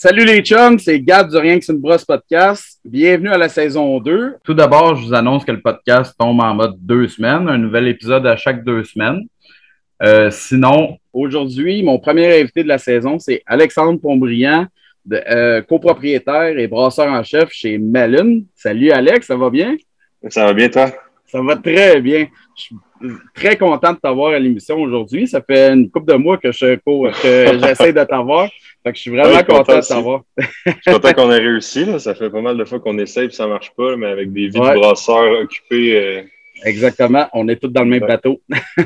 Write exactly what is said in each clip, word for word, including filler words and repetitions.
Salut les chums, c'est Gab du Rien que c'est une brosse podcast. Bienvenue à la saison deux. Tout d'abord, je vous annonce que le podcast tombe en mode deux semaines, un nouvel épisode à chaque deux semaines. Euh, sinon, aujourd'hui, mon premier invité de la saison, c'est Alexandre Pontbriand, de, euh, copropriétaire et brasseur en chef chez Melon. Salut Alex, ça va bien? Ça va bien, toi? Ça va très bien. Je suis très content de t'avoir à l'émission aujourd'hui. Ça fait une couple de mois que, je, que j'essaie de t'avoir. Fait que je suis vraiment ouais, content, content de t'avoir. Je suis content qu'on ait réussi. Là. Ça fait pas mal de fois qu'on essaye et ça ne marche pas, mais avec des vies ouais. de brasseurs occupés. Euh... Exactement. On est tous dans le exact. Même bateau.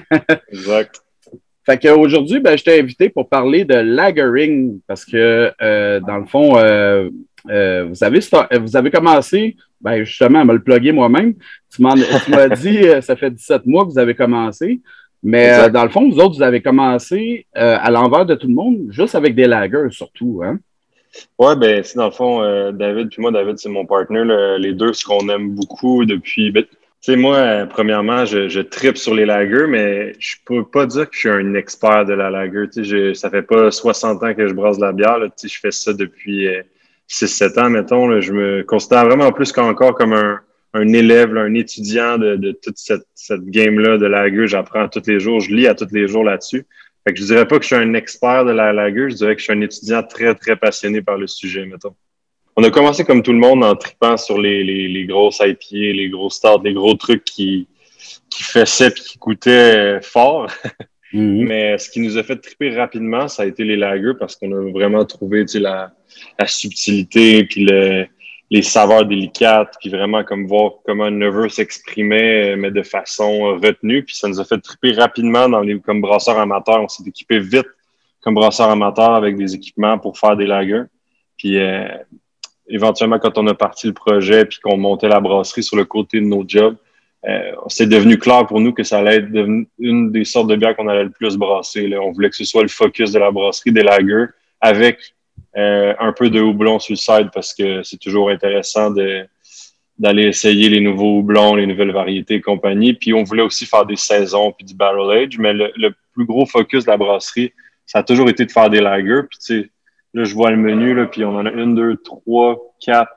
Exact. Fait qu'aujourd'hui, ben, je t'ai invité pour parler de lagering parce que, euh, dans le fond, euh, euh, vous, avez, vous avez commencé, ben, justement, à me le plugger moi-même. Tu, m'en, tu m'as dit, ça fait dix-sept mois que vous avez commencé, mais euh, dans le fond, vous autres, vous avez commencé euh, à l'envers de tout le monde, juste avec des lagers surtout, hein? Oui, bien, dans le fond, euh, David puis moi, David, c'est mon partner, là, les deux, ce qu'on aime beaucoup depuis... Ben, tu sais, moi, euh, premièrement, je, je tripe sur les lagers, mais je peux pas dire que je suis un expert de la lager. Tu sais, ça fait pas soixante ans que je brasse de la bière. Là, tu sais, je fais ça depuis euh, six sept ans, mettons. Là, je me considère vraiment plus qu'encore comme un, un élève, là, un étudiant de, de toute cette, cette game-là de lager. J'apprends tous les jours, je lis à tous les jours là-dessus. Fait que je dirais pas que je suis un expert de la lager, je dirais que je suis un étudiant très, très passionné par le sujet, mettons. On a commencé comme tout le monde en tripant sur les, les, les grosses I P A, les gros stouts, les gros trucs qui, qui fessaient et qui coûtaient fort. Mm-hmm. Mais ce qui nous a fait triper rapidement, ça a été les lagers parce qu'on a vraiment trouvé tu sais, la, la subtilité puis le, les saveurs délicates puis vraiment comme voir comment un never s'exprimait mais de façon retenue. Puis ça nous a fait triper rapidement dans les, comme brasseurs amateurs. On s'est équipé vite comme brasseurs amateurs avec des équipements pour faire des lagers. Puis euh, éventuellement, quand on a parti le projet puis qu'on montait la brasserie sur le côté de nos jobs, euh, c'est devenu clair pour nous que ça allait être une des sortes de bières qu'on allait le plus brasser. Là. On voulait que ce soit le focus de la brasserie, des lagers, avec euh, un peu de houblon sur le side parce que c'est toujours intéressant de, d'aller essayer les nouveaux houblons, les nouvelles variétés et compagnie. Puis on voulait aussi faire des saisons puis du barrel age, mais le, le plus gros focus de la brasserie, ça a toujours été de faire des lagers. Puis tu sais, là, je vois le menu, là, puis on en a une, deux, trois, quatre,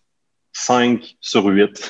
cinq sur huit.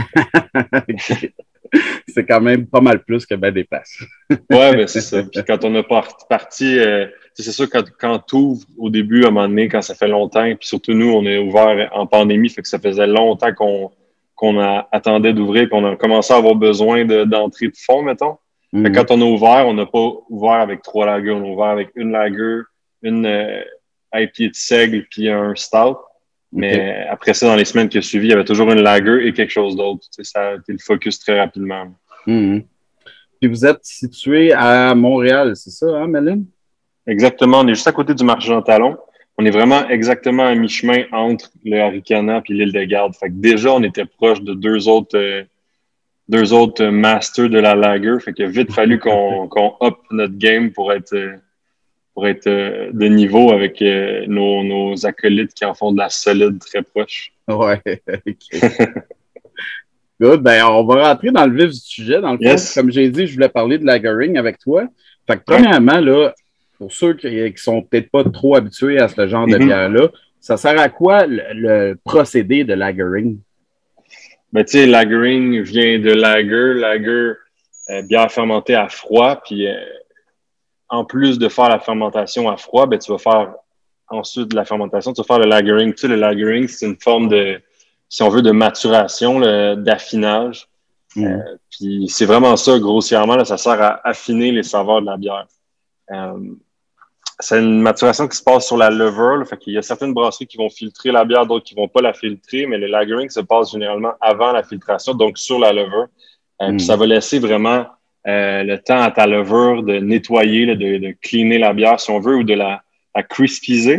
C'est quand même pas mal plus que ben des places. Oui, ben c'est ça. Puis quand on a parti, euh, c'est sûr, quand, quand tu ouvres au début, à un moment donné, quand ça fait longtemps, puis surtout nous, on est ouvert en pandémie, fait que ça faisait longtemps qu'on, qu'on a, attendait d'ouvrir, qu'on a commencé à avoir besoin de, d'entrée de fond, mettons. Mm-hmm. Fait que quand on a ouvert, on n'a pas ouvert avec trois lagers, on a ouvert avec une lager, une euh, I P A de seigle, puis un stout. Mais okay. Après ça, dans les semaines qui ont suivi, il y avait toujours une lager et quelque chose d'autre. Tu sais, ça a été le focus très rapidement. Mm-hmm. Puis vous êtes situé à Montréal, c'est ça, hein, Méline? Exactement. On est juste à côté du marché Jean Talon. On est vraiment exactement à mi-chemin entre le Haricana et l'île de Garde. Fait que déjà, on était proche de deux autres, euh, deux autres masters de la lager. Fait qu'il a vite fallu qu'on, qu'on up notre game pour être... Euh, pour être euh, de niveau avec euh, nos, nos acolytes qui en font de la solide très proche. Ouais, OK. Good. Ben, on va rentrer dans le vif du sujet. Dans le fond, yes. Comme j'ai dit, je voulais parler de lagering avec toi. Fait que, premièrement, là, pour ceux qui ne sont peut-être pas trop habitués à ce genre mm-hmm. de bière-là, ça sert à quoi le, le procédé de lagering? Ben, tu sais, lagering vient de lager. Lager, euh, bière fermentée à froid, puis... Euh, en plus de faire la fermentation à froid, ben, tu vas faire ensuite de la fermentation, tu vas faire le lagering. Tu sais, le lagering, c'est une forme de, si on veut, de maturation, là, d'affinage. Mm. Euh, puis c'est vraiment ça, grossièrement, là, ça sert à affiner les saveurs de la bière. Euh, c'est une maturation qui se passe sur la levure. Là, fait qu'il y a certaines brasseries qui vont filtrer la bière, d'autres qui ne vont pas la filtrer, mais le lagering se passe généralement avant la filtration, donc sur la levure. Euh, mm. Puis ça va laisser vraiment... Euh, le temps à ta levure de nettoyer, là, de, de cleaner la bière, si on veut, ou de la, la crispiser.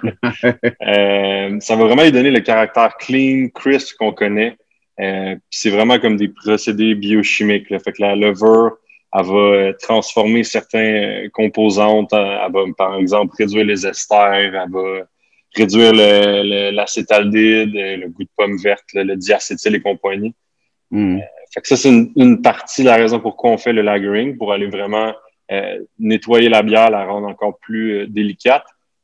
euh, ça va vraiment lui donner le caractère clean, crisp qu'on connaît. Euh, puis c'est vraiment comme des procédés biochimiques. Là. Fait que la levure, elle va transformer certaines composantes. Elle va, par exemple, réduire les esters, elle va réduire le, le, l'acétaldehyde, le goût de pomme verte, le, le diacétyl et compagnie. Mm. Euh, fait que ça, c'est une, une partie de la raison pourquoi on fait le lagering, pour aller vraiment euh, nettoyer la bière, la rendre encore plus euh, délicate. Puis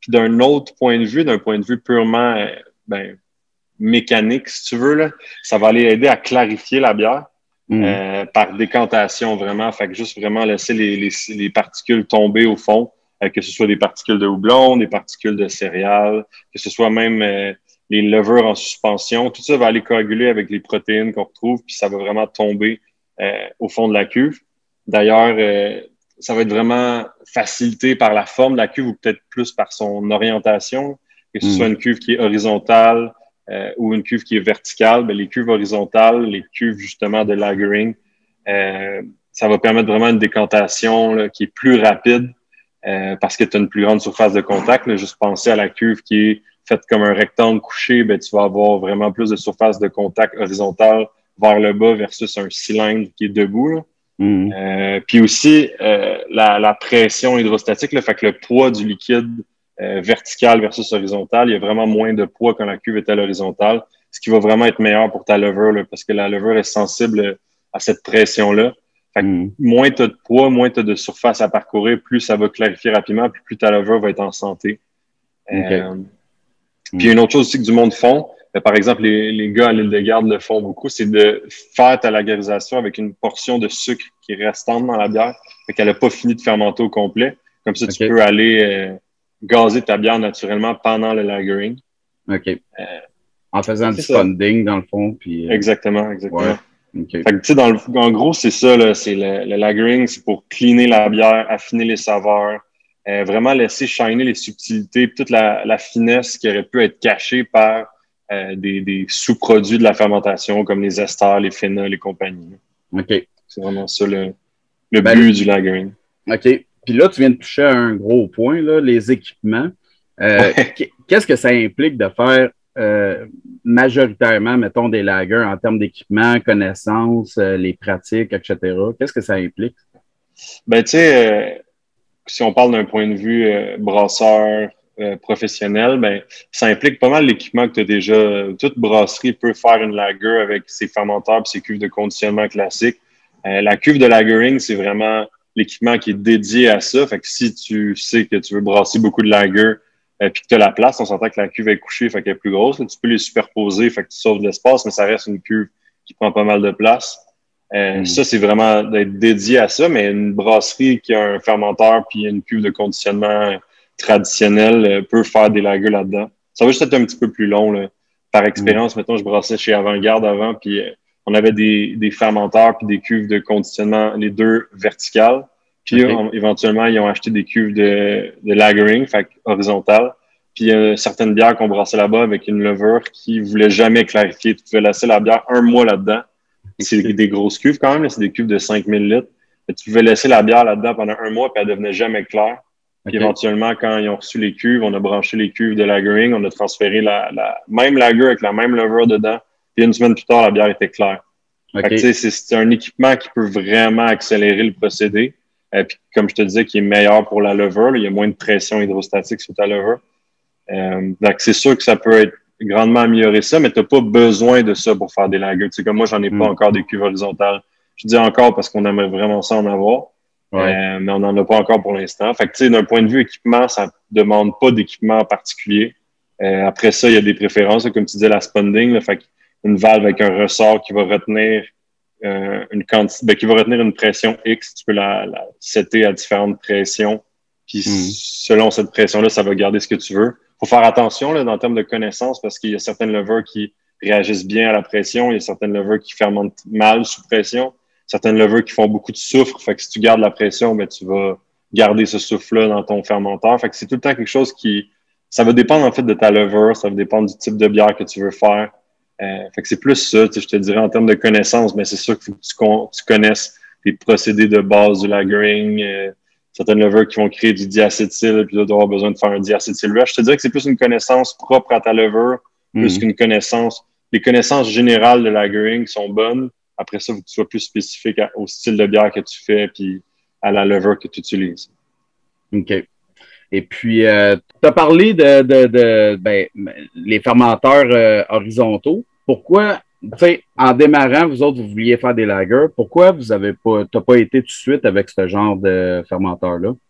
Puis d'un autre point de vue, d'un point de vue purement euh, ben, mécanique, si tu veux, là, ça va aller aider à clarifier la bière mmh. euh, par décantation vraiment. Fait que juste vraiment laisser les, les, les particules tomber au fond, euh, que ce soit des particules de houblon, des particules de céréales, que ce soit même euh, les levures en suspension. Tout ça va aller coaguler avec les protéines qu'on retrouve, puis ça va vraiment tomber euh, au fond de la cuve. D'ailleurs, euh, ça va être vraiment facilité par la forme de la cuve ou peut-être plus par son orientation, que ce mmh. soit une cuve qui est horizontale euh, ou une cuve qui est verticale. Bien, les cuves horizontales, les cuves justement de lagering, euh, ça va permettre vraiment une décantation là, qui est plus rapide euh, parce que tu as une plus grande surface de contact. Là. Juste penser à la cuve qui est faite comme un rectangle couché, bien, tu vas avoir vraiment plus de surface de contact horizontale vers le bas versus un cylindre qui est debout. Là. Mmh. Euh, puis aussi, euh, la, la pression hydrostatique, là, fait que le poids du liquide euh, vertical versus horizontal, il y a vraiment moins de poids quand la cuve est à l'horizontale, ce qui va vraiment être meilleur pour ta levure, là, parce que la levure est sensible à cette pression-là. Fait que mmh. moins tu as de poids, moins tu as de surface à parcourir, plus ça va clarifier rapidement, puis plus ta levure va être en santé. Okay. Euh, mmh. Puis une autre chose aussi que du monde font, par exemple, les, les gars à l'île de Garde le font beaucoup, c'est de faire ta lagerisation avec une portion de sucre qui est restante dans la bière, fait qu'elle n'a pas fini de fermenter au complet. Comme ça, okay. tu peux aller euh, gazer ta bière naturellement pendant le lagering. OK. Euh, en faisant du spunding, dans le fond. Puis, euh... Exactement, exactement. Ouais. Okay. Fait que, tu sais, dans le, en gros, c'est ça, là, c'est le, le lagering, c'est pour cleaner la bière, affiner les saveurs, euh, vraiment laisser shiner les subtilités, toute la, la finesse qui aurait pu être cachée par Euh, des, des sous-produits de la fermentation comme les esters, les phénols et compagnie. OK. C'est vraiment ça le, le ben, but du lagering. OK. Puis là, tu viens de toucher à un gros point, là, les équipements. Euh, ouais. Qu'est-ce que ça implique de faire euh, majoritairement, mettons, des lagers en termes d'équipement, connaissances, euh, les pratiques, et cetera? Qu'est-ce que ça implique? Ben, tu sais, euh, si on parle d'un point de vue euh, brasseur, Euh, professionnel, ben, ça implique pas mal l'équipement que tu as déjà. Toute brasserie peut faire une lager avec ses fermenteurs et ses cuves de conditionnement classiques. Euh, la cuve de lagering, c'est vraiment l'équipement qui est dédié à ça. Fait que si tu sais que tu veux brasser beaucoup de lager euh, puis que tu as la place, on s'entend que la cuve est couchée, fait qu'elle est plus grosse. Là, tu peux les superposer, fait que tu sauves de l'espace, mais ça reste une cuve qui prend pas mal de place. Euh, mmh. Ça, c'est vraiment d'être dédié à ça, mais une brasserie qui a un fermenteur puis une cuve de conditionnement traditionnel euh, peut faire des lagers là-dedans. Ça va juste être un petit peu plus long. Là. Par expérience, mmh. mettons, je brassais chez Avant-Garde avant, puis euh, on avait des, des fermenteurs puis des cuves de conditionnement, les deux verticales. Puis okay. on, éventuellement, ils ont acheté des cuves de, de lagering, fait horizontales. Puis euh, certaines bières qu'on brassait là-bas avec une levure qui voulait jamais clarifier. Tu pouvais laisser la bière un mois là-dedans. C'est okay. des grosses cuves quand même, là, c'est des cuves de cinq mille litres. Et tu pouvais laisser la bière là-dedans pendant un mois, puis elle devenait jamais claire. Puis okay. éventuellement, quand ils ont reçu les cuves, on a branché les cuves de lagering, on a transféré la, la même lager avec la même levure dedans. Puis une semaine plus tard, la bière était claire. Okay. Fait que, c'est, c'est un équipement qui peut vraiment accélérer le procédé. Euh, puis comme je te disais, qui est meilleur pour la levure. Là, il y a moins de pression hydrostatique sur ta levure. Euh, donc c'est sûr que ça peut être grandement amélioré ça, mais tu n'as pas besoin de ça pour faire des lagers. Tu sais, comme moi, j'en ai mm. pas encore des cuves horizontales. Je dis encore parce qu'on aimerait vraiment ça en avoir. Ouais. Euh, mais on n'en a pas encore pour l'instant. Fait que, tu sais, d'un point de vue équipement, ça ne demande pas d'équipement particulier. Euh, après ça, il y a des préférences, là, comme tu disais, la spunding. Là, fait une valve avec un ressort qui va retenir euh, une quantité, ben, qui va retenir une pression X. Tu peux la, la setter à différentes pressions. Puis mm. selon cette pression-là, ça va garder ce que tu veux. Il faut faire attention là, dans le terme de connaissance parce qu'il y a certaines levures qui réagissent bien à la pression. Il y a certaines levures qui fermentent mal sous pression. Certaines levures qui font beaucoup de soufre. Fait que si tu gardes la pression, ben, tu vas garder ce soufre-là dans ton fermenteur. Fait que c'est tout le temps quelque chose qui... Ça va dépendre, en fait, de ta levure. Ça va dépendre du type de bière que tu veux faire. Euh, fait que c'est plus ça, je te dirais, en termes de connaissances. Mais c'est sûr qu'il faut que tu, con- tu connaisses les procédés de base du lagering. Euh, certaines levures qui vont créer du diacétyl, puis là, tu vas avoir besoin de faire un diacétyl rush. Je te dirais que c'est plus une connaissance propre à ta levure, mm-hmm. plus qu'une connaissance... Les connaissances générales de lagering sont bonnes. Après ça, il faut que tu sois plus spécifique à, au style de bière que tu fais puis à la levure que tu utilises. OK. Et puis, euh, tu as parlé de, de, de ben, les fermenteurs euh, horizontaux. Pourquoi, tu sais, en démarrant, vous autres, vous vouliez faire des lagers. Pourquoi vous avez pas, t'as pas été tout de suite avec ce genre de fermenteur-là?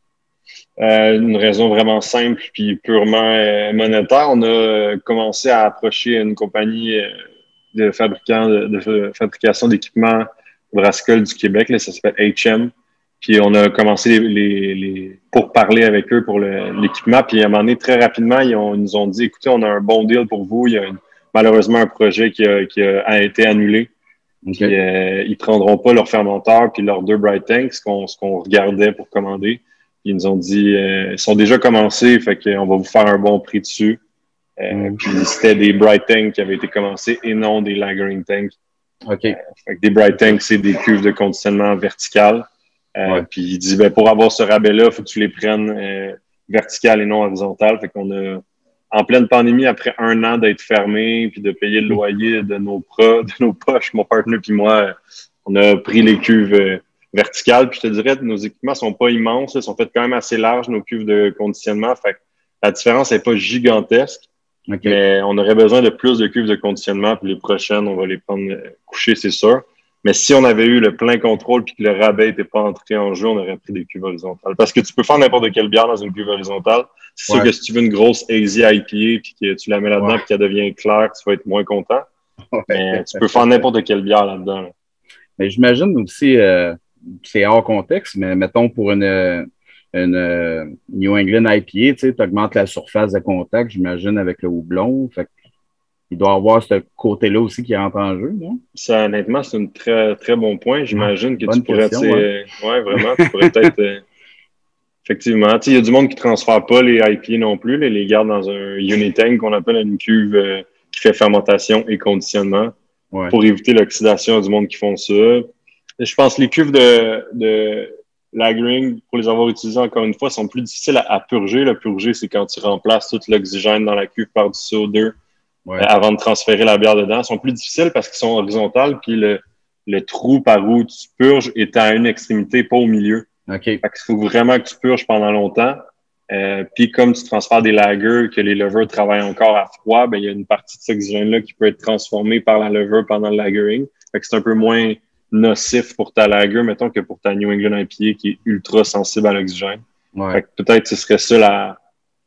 Euh, une raison vraiment simple puis purement euh, monétaire. On a euh, commencé à approcher une compagnie euh, de fabricants de, de fabrication d'équipements brassicole du Québec. Là, ça s'appelle H M. Puis on a commencé les, les, les pour parler avec eux pour le, l'équipement. Puis à un moment donné, très rapidement, ils, ont, ils nous ont dit, écoutez, on a un bon deal pour vous. Il y a une, malheureusement un projet qui a, qui a, a été annulé. Okay. Puis euh, ils prendront pas leur fermenteur puis leurs deux Bright Tanks, ce qu'on, ce qu'on regardait pour commander. Ils nous ont dit, euh, ils sont déjà commencés, fait qu'on va vous faire un bon prix dessus. Euh, mm. Puis c'était des Bright Tanks qui avaient été commencés et non des Lagering Tanks. OK. Euh, fait que des Bright Tanks, c'est des cuves de conditionnement verticales. Euh, ouais. Puis il dit, ben, pour avoir ce rabais-là, il faut que tu les prennes euh, verticales et non horizontales. Fait qu'on a, en pleine pandémie, après un an d'être fermé puis de payer le loyer de nos, pro, de nos poches, mon partenaire puis moi, on a pris les cuves euh, verticales. Puis je te dirais, nos équipements sont pas immenses, ils sont faits quand même assez larges, nos cuves de conditionnement. Fait que la différence n'est pas gigantesque. Okay. Mais on aurait besoin de plus de cuves de conditionnement. Puis les prochaines, on va les prendre euh, couchées, c'est sûr. Mais si on avait eu le plein contrôle puis que le rabais n'était pas entré en jeu, on aurait pris des cuves horizontales. Parce que tu peux faire n'importe quelle bière dans une cuve horizontale. C'est ouais. sûr que si tu veux une grosse Hazy I P A puis que tu la mets là-dedans ouais. puis qu'elle devient claire, tu vas être moins content. Ouais. Mais tu peux faire n'importe quelle bière là-dedans. Là. Mais j'imagine aussi, euh, c'est hors contexte, mais mettons pour une, une euh, New England I P A, tu sais, tu augmentes la surface de contact, j'imagine, avec le houblon. Fait il doit y avoir ce côté-là aussi qui rentre en jeu, non? Ça, honnêtement, c'est un très, très bon point. J'imagine que Bonne tu pourrais, question, ouais. ouais, vraiment, tu pourrais peut-être, euh, effectivement, il y a du monde qui ne transfère pas les I P A non plus, les, les garde dans un unitank qu'on appelle une cuve euh, qui fait fermentation et conditionnement ouais. pour éviter l'oxydation du monde qui font ça. Je pense que les cuves de, de lagering, pour les avoir utilisées encore une fois, sont plus difficiles à, à purger. Le purger, c'est quand tu remplaces tout l'oxygène dans la cuve par du C O deux. Ouais. Euh, avant de transférer la bière dedans. Ils sont plus difficiles parce qu'ils sont horizontales, puis le, le trou par où tu purges est à une extrémité, pas au milieu. Okay. Fait qu'il faut vraiment que tu purges pendant longtemps. Euh, puis comme tu transfères des lagers, que les levures travaillent encore à froid, ben il y a une partie de cet oxygène-là qui peut être transformée par la levure pendant le lagering. Fait que c'est un peu moins nocif pour ta lager, mettons, que pour ta New England I P A qui est ultra sensible à l'oxygène. Ouais. Fait que peut-être ce serait ça la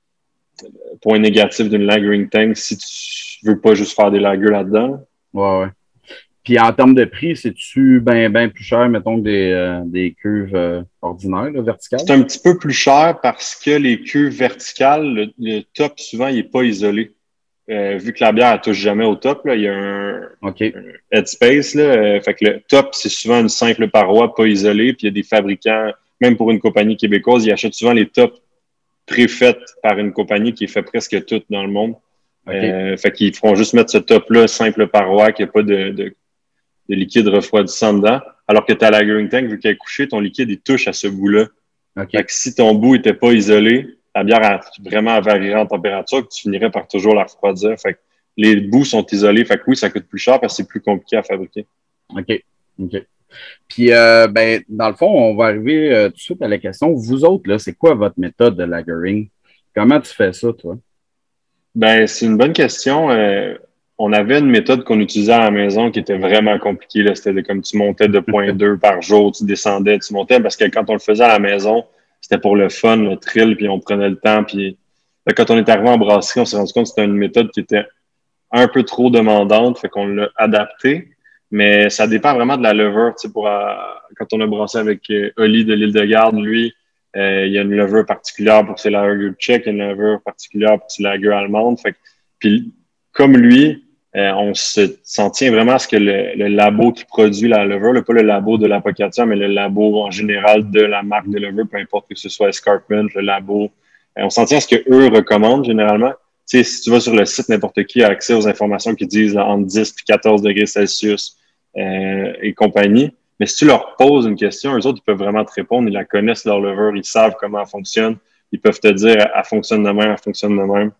point négatif d'une lagering tank si tu veux pas juste faire des lagers là-dedans. Ouais, ouais. Puis en termes de prix, c'est-tu bien ben plus cher, mettons, que des, euh, des cuves euh, ordinaires, là, verticales? C'est un petit peu plus cher parce que les cuves verticales, le, le top, souvent, il n'est pas isolé. Euh, vu que la bière, elle touche jamais au top, là, il y a un, okay. un headspace. Là, euh, fait que le top, c'est souvent une simple paroi pas isolée. Puis il y a des fabricants, même pour une compagnie québécoise, ils achètent souvent les tops préfaite par une compagnie qui est fait presque toute dans le monde. Okay. Euh, fait qu'ils feront juste mettre ce top-là, simple paroi, qui n'a pas de, de, de liquide refroidissant dedans. Alors que ta lagering tank, vu qu'elle est couchée, ton liquide, il touche à ce bout-là. Okay. Fait que si ton bout n'était pas isolé, la bière a vraiment varié en température, tu finirais par toujours la refroidir. Fait que les bouts sont isolés. Fait que oui, ça coûte plus cher parce que c'est plus compliqué à fabriquer. OK. OK. Puis, euh, ben, dans le fond, on va arriver euh, tout de suite à la question. Vous autres, là, c'est quoi votre méthode de lagering? Comment tu fais ça, toi? Ben, c'est une bonne question. Euh, on avait une méthode qu'on utilisait à la maison qui était vraiment compliquée. Là. C'était de, comme tu montais deux virgule deux par jour, tu descendais, tu montais, parce que quand on le faisait à la maison, c'était pour le fun, le thrill, puis on prenait le temps. Puis quand on est arrivé en brasserie, on s'est rendu compte que c'était une méthode qui était un peu trop demandante, fait qu'on l'a adaptée. Mais ça dépend vraiment de la levure. Tu sais, pour, euh, quand on a brassé avec euh, Oli de l'île de Garde, lui, euh, il y a une levure particulière pour ses lagers tchèques, une levure particulière pour ses lagers allemandes. Fait que, puis, comme lui, euh, on se, s'en tient vraiment à ce que le, le labo qui produit la levure, là, pas le labo de l'Apocatia, mais le labo en général de la marque de levure, peu importe que ce soit Escarpment, le labo, euh, on s'en tient à ce qu'eux recommandent généralement. Tu sais, si tu vas sur le site, n'importe qui a accès aux informations qui disent là, entre dix et quatorze degrés Celsius euh, et compagnie. Mais si tu leur poses une question, eux autres, ils peuvent vraiment te répondre. Ils la connaissent, leur levure, ils savent comment elle fonctionne. Ils peuvent te dire, elle fonctionne de même, elle fonctionne de même.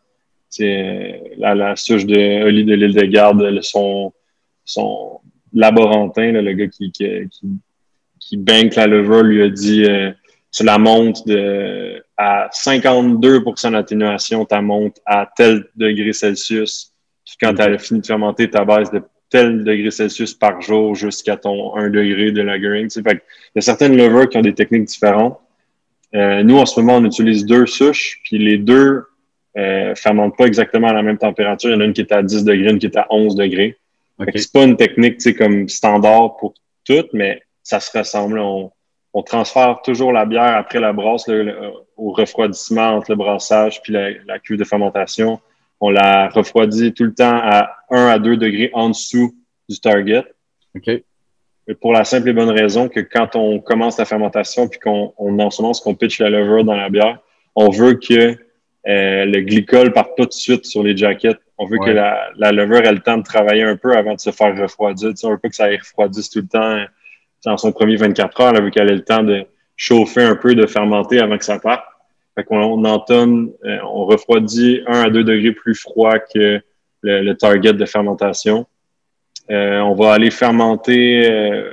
C'est la, la souche de Oli de l'île de Garde, son, son laborantin, là, le gars qui, qui, qui, qui banque la levure, lui a dit euh, tu la montes de, à cinquante-deux pour cent d'atténuation, tu la montes à tel degré Celsius. Puis quand tu as fini de fermenter, ta baisse de tel degré Celsius par jour jusqu'à ton un degré de lagering. Tu sais. Fait que, il y a certaines levures qui ont des techniques différentes. Euh, nous, en ce moment, on utilise deux souches, puis les deux euh, fermentent pas exactement à la même température. Il y en a une qui est à dix degrés, une qui est à onze degrés. Okay. C'est pas une technique, tu sais, comme standard pour toutes, mais ça se ressemble. On, on transfère toujours la bière après la brasse là, le, au refroidissement entre le brassage puis la, la cuve de fermentation. On la refroidit tout le temps à un à deux degrés en dessous du target. OK. Pour la simple et bonne raison que quand on commence la fermentation puis qu'on on ensemence, qu'on pitch la levure dans la bière, on veut que euh, le glycol parte pas tout de suite sur les jackets. On veut ouais. que la, la levure ait le temps de travailler un peu avant de se faire refroidir. Tu sais, on veut pas que ça refroidisse tout le temps dans son premier vingt-quatre heures. On veut qu'elle ait le temps de chauffer un peu, de fermenter avant que ça parte. Fait qu'on on entonne, euh, on refroidit un à deux degrés plus froid que le, le target de fermentation. Euh, on va aller fermenter. Euh,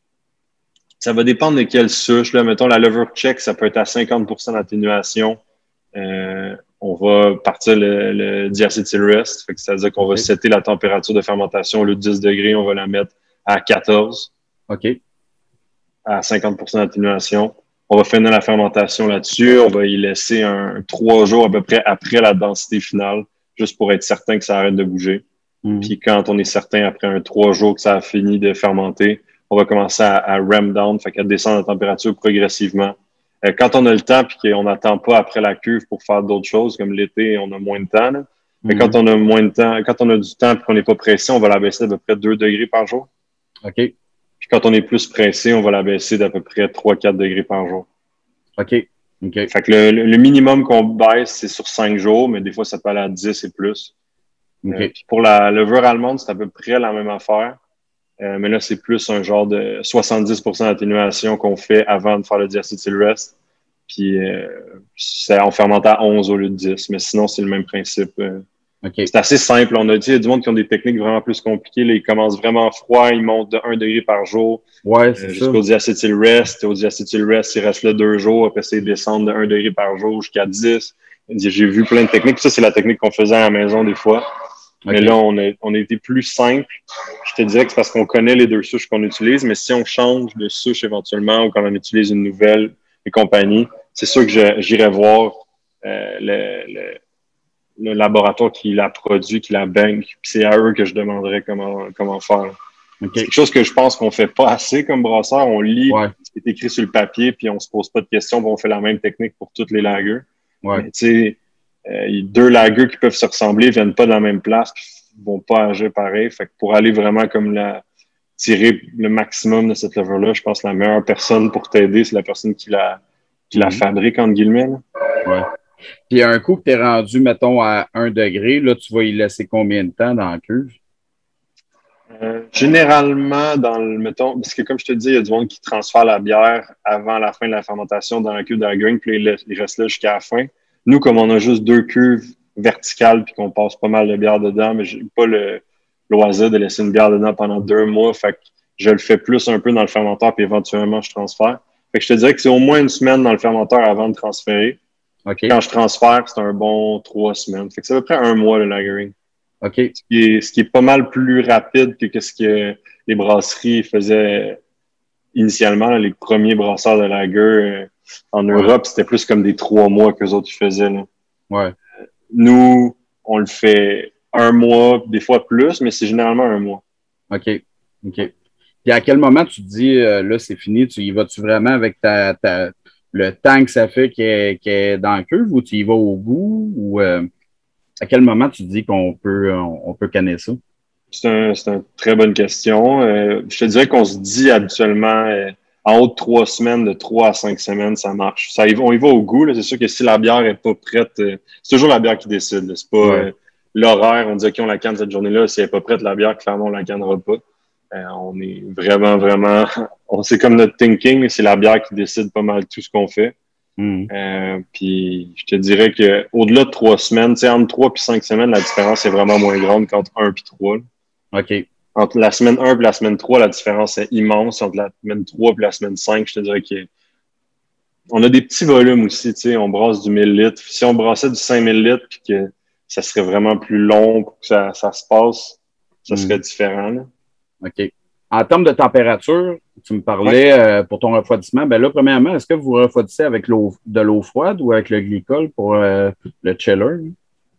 ça va dépendre de quelle souche. Là. Mettons, la levure tchèque, ça peut être à cinquante pour cent d'atténuation. Euh, on va partir le, le diacetyl rest. Fait que c'est-à-dire qu'on okay. va setter la température de fermentation au lieu de dix degrés, on va la mettre à quatorze. OK. À cinquante pour cent d'atténuation. On va finir la fermentation là-dessus. On va y laisser un trois jours à peu près après la densité finale, juste pour être certain que ça arrête de bouger. Mm. Puis quand on est certain, après un trois jours que ça a fini de fermenter, on va commencer à, à ramp down, fait qu'à descendre la température progressivement. Euh, quand on a le temps puis qu'on n'attend pas après la cuve pour faire d'autres choses, comme l'été, on a moins de temps. Là. Mais mm. quand on a moins de temps, quand on a du temps et qu'on n'est pas pressé, on va la baisser d'à peu près deux degrés par jour. OK. Puis quand on est plus pressé, on va la baisser d'à peu près trois à quatre degrés par jour. OK. OK. Fait que le, le minimum qu'on baisse, c'est sur cinq jours, mais des fois, ça peut aller à dix et plus. Okay. Euh, puis pour la levure allemande, c'est à peu près la même affaire. Euh, mais là, c'est plus un genre de soixante-dix pour cent d'atténuation qu'on fait avant de faire le diacetyl rest. Puis euh, c'est, on fermente à onze au lieu de dix. Mais sinon, c'est le même principe. Euh, okay. C'est assez simple. On a dit, il y a du monde qui ont des techniques vraiment plus compliquées. Là, ils commencent vraiment froid, ils montent de un degré par jour. Ouais, c'est euh, jusqu'au diacetyl rest. Au diacetyl rest, ils restent là deux jours. Après, c'est descendre de un degré par jour jusqu'à dix. J'ai vu plein de techniques. Ça, c'est la technique qu'on faisait à la maison des fois. Okay. Mais là, on a, on a été plus simple. Je te dirais que c'est parce qu'on connaît les deux souches qu'on utilise, mais si on change de souche éventuellement ou quand on utilise une nouvelle et compagnie, c'est sûr que je, j'irai voir euh, le, le, le laboratoire qui l'a produit, qui la baigne, puis c'est à eux que je demanderais comment, comment faire. Okay. C'est quelque chose que je pense qu'on fait pas assez comme brasseur. On lit ouais. ce qui est écrit sur le papier, puis on se pose pas de questions, puis on fait la même technique pour toutes les lagers. Ouais. Mais tu sais, Euh, deux lagers qui peuvent se ressembler, viennent pas de la même place, puis vont pas agir pareil. Fait que pour aller vraiment comme la tirer le maximum de cette levure-là, je pense que la meilleure personne pour t'aider, c'est la personne qui la, qui la fabrique, entre guillemets. Là. Ouais. Puis un coup que tu es rendu, mettons, à un degré, là, tu vas y laisser combien de temps dans la cuve? Euh, généralement, dans le, mettons, parce que comme je te dis, il y a du monde qui transfère la bière avant la fin de la fermentation dans la cuve d'aging, puis il, il reste là jusqu'à la fin. Nous, comme on a juste deux cuves verticales puis qu'on passe pas mal de bière dedans, mais j'ai pas le loisir de laisser une bière dedans pendant deux mois. Fait que je le fais plus un peu dans le fermenteur puis éventuellement je transfère. Fait que je te dirais que c'est au moins une semaine dans le fermenteur avant de transférer. Okay. Quand je transfère, c'est un bon trois semaines. Fait que c'est à peu près un mois le lagering. OK. Ce qui est, ce qui est pas mal plus rapide que, que ce que les brasseries faisaient initialement, là, les premiers brasseurs de lager. Euh, En Europe, ouais. c'était plus comme des trois mois qu'eux autres ils faisaient. Là. Ouais. Nous, on le fait un mois, des fois plus, mais c'est généralement un mois. OK. OK. Puis à quel moment tu te dis, euh, là, c'est fini, tu y vas-tu vraiment avec ta, ta, le temps que ça fait qu'il est, qu'il est dans la cuve ou tu y vas au goût? Ou euh, à quel moment tu te dis qu'on peut, on, on peut canner ça? C'est, un, c'est une très bonne question. Euh, je te dirais qu'on se dit habituellement... Euh, en haut de trois semaines, de trois à cinq semaines, ça marche. Ça, on y va au goût. Là. C'est sûr que si la bière n'est pas prête, euh, c'est toujours la bière qui décide. Là. C'est pas ouais. euh, l'horaire. On dit qu'on la canne cette journée-là. Si elle n'est pas prête, la bière, clairement, on la cannera pas. Euh, on est vraiment, vraiment... On, c'est comme notre thinking. C'est la bière qui décide pas mal tout ce qu'on fait. Mm. Euh, puis je te dirais qu'au-delà de trois semaines, entre trois et cinq semaines, la différence est vraiment moins grande qu'entre un et trois. Là. OK. Entre la semaine un et la semaine trois, la différence est immense. Entre la semaine trois et la semaine cinq, je te dirais qu'on a des petits volumes aussi. Tu sais, on brasse du mille litres. Si on brassait du cinq mille litres puis que ça serait vraiment plus long pour que ça, ça se passe, ça serait mmh. différent. Là. OK. en termes de température, tu me parlais ouais. euh, pour ton refroidissement. Ben là, premièrement, est-ce que vous refroidissez avec l'eau, de l'eau froide ou avec le glycol pour euh, le chiller?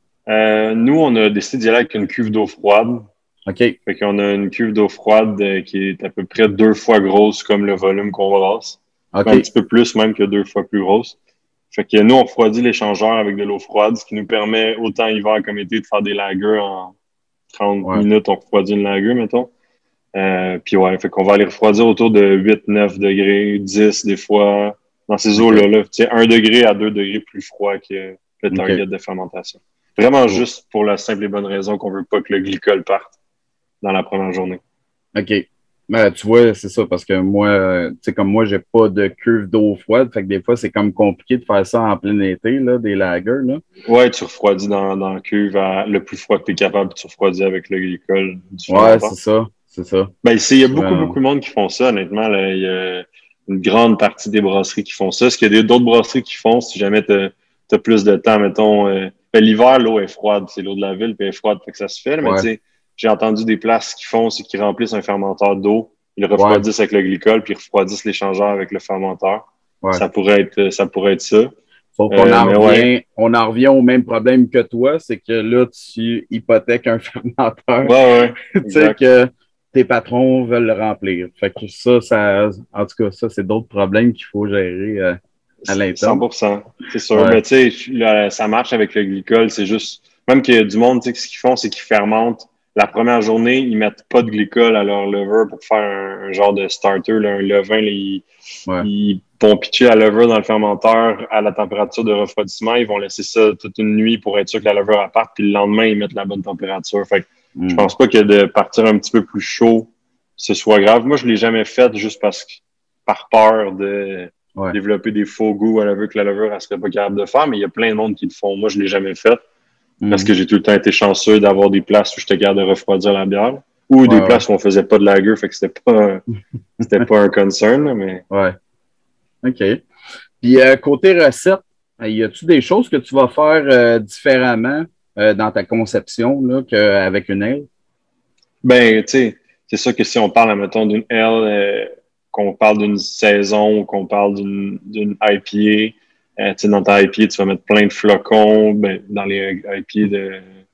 Euh, nous, on a décidé d'y aller avec une cuve d'eau froide. OK. Fait qu'on a une cuve d'eau froide euh, qui est à peu près deux fois grosse comme le volume qu'on brasse. Okay. Un petit peu plus même que deux fois plus grosse. Fait que nous, on refroidit l'échangeur avec de l'eau froide, ce qui nous permet, autant hiver comme été, de faire des lagers en trente ouais. minutes. On refroidit une lager, mettons. Euh, puis ouais, fait qu'on va aller refroidir autour de huit neuf degrés, dix des fois. Dans ces eaux-là, okay. là, tu sais, un degré à deux degrés plus froid que le target okay. de fermentation. Vraiment oh. juste pour la simple et bonne raison qu'on veut pas que le glycol parte dans la première journée. OK. Ben, tu vois, c'est ça, parce que moi, tu sais, comme moi, j'ai pas de cuve d'eau froide, fait que des fois, c'est comme compliqué de faire ça en plein été, là, des lagers, là. Ouais, tu refroidis dans, dans la cuve à, le plus froid que tu es capable, tu refroidis avec le glycol du Ouais, c'est ça, c'est ça. Ben, il y a beaucoup, euh... beaucoup de monde qui font ça, honnêtement, là. Il y a une grande partie des brasseries qui font ça. Est-ce qu'il y a d'autres brasseries qui font, si jamais tu as plus de temps, mettons, euh, ben, l'hiver, l'eau est froide, c'est l'eau de la ville, puis elle est froide, fait que ça se fait, mais ouais. tu sais, j'ai entendu des places qui font, c'est qu'ils remplissent un fermenteur d'eau, ils le refroidissent ouais. avec le glycol, puis ils refroidissent l'échangeur avec le fermenteur. Ouais. Ça pourrait être ça. Pourrait être ça. Faut qu'on euh, en revient, ouais. on en revient au même problème que toi, c'est que là, tu hypothèques un fermenteur. Ouais, ouais. Tu sais que tes patrons veulent le remplir. Fait que ça, ça en tout cas, ça, c'est d'autres problèmes qu'il faut gérer euh, à l'interne. cent pour cent, c'est sûr. Ouais. Mais tu sais, ça marche avec le glycol, c'est juste, même qu'il y a du monde, tu sais, ce qu'ils font, c'est qu'ils fermentent. La première journée, ils mettent pas de glycol à leur lever pour faire un, un genre de starter, là, un levain. Là, ils, ouais. ils vont pitcher la lever dans le fermenteur à la température de refroidissement. Ils vont laisser ça toute une nuit pour être sûr que la lever parte. Puis le lendemain, ils mettent la bonne température. Fait que mm. je pense pas que de partir un petit peu plus chaud, ce soit grave. Moi, je l'ai jamais fait juste parce que par peur de ouais. développer des faux goûts à la lever que la lever elle serait pas capable de faire. Mais il y a plein de monde qui le font. Moi, je l'ai jamais fait. Parce que j'ai tout le temps été chanceux d'avoir des places où j'étais capable de refroidir la bière ou ouais, des ouais. places où on faisait pas de lager, fait que c'était pas un, c'était pas un concern, mais... Ouais. OK. Puis, euh, côté recette, y a-tu des choses que tu vas faire euh, différemment euh, dans ta conception là, qu'avec une ale? Ben, tu sais, c'est sûr que si on parle, mettons, d'une ale, euh, qu'on parle d'une saison, qu'on parle d'une, d'une I P A, Euh, tu sais, dans ta I P A, tu vas mettre plein de flocons. Ben, dans les I P A de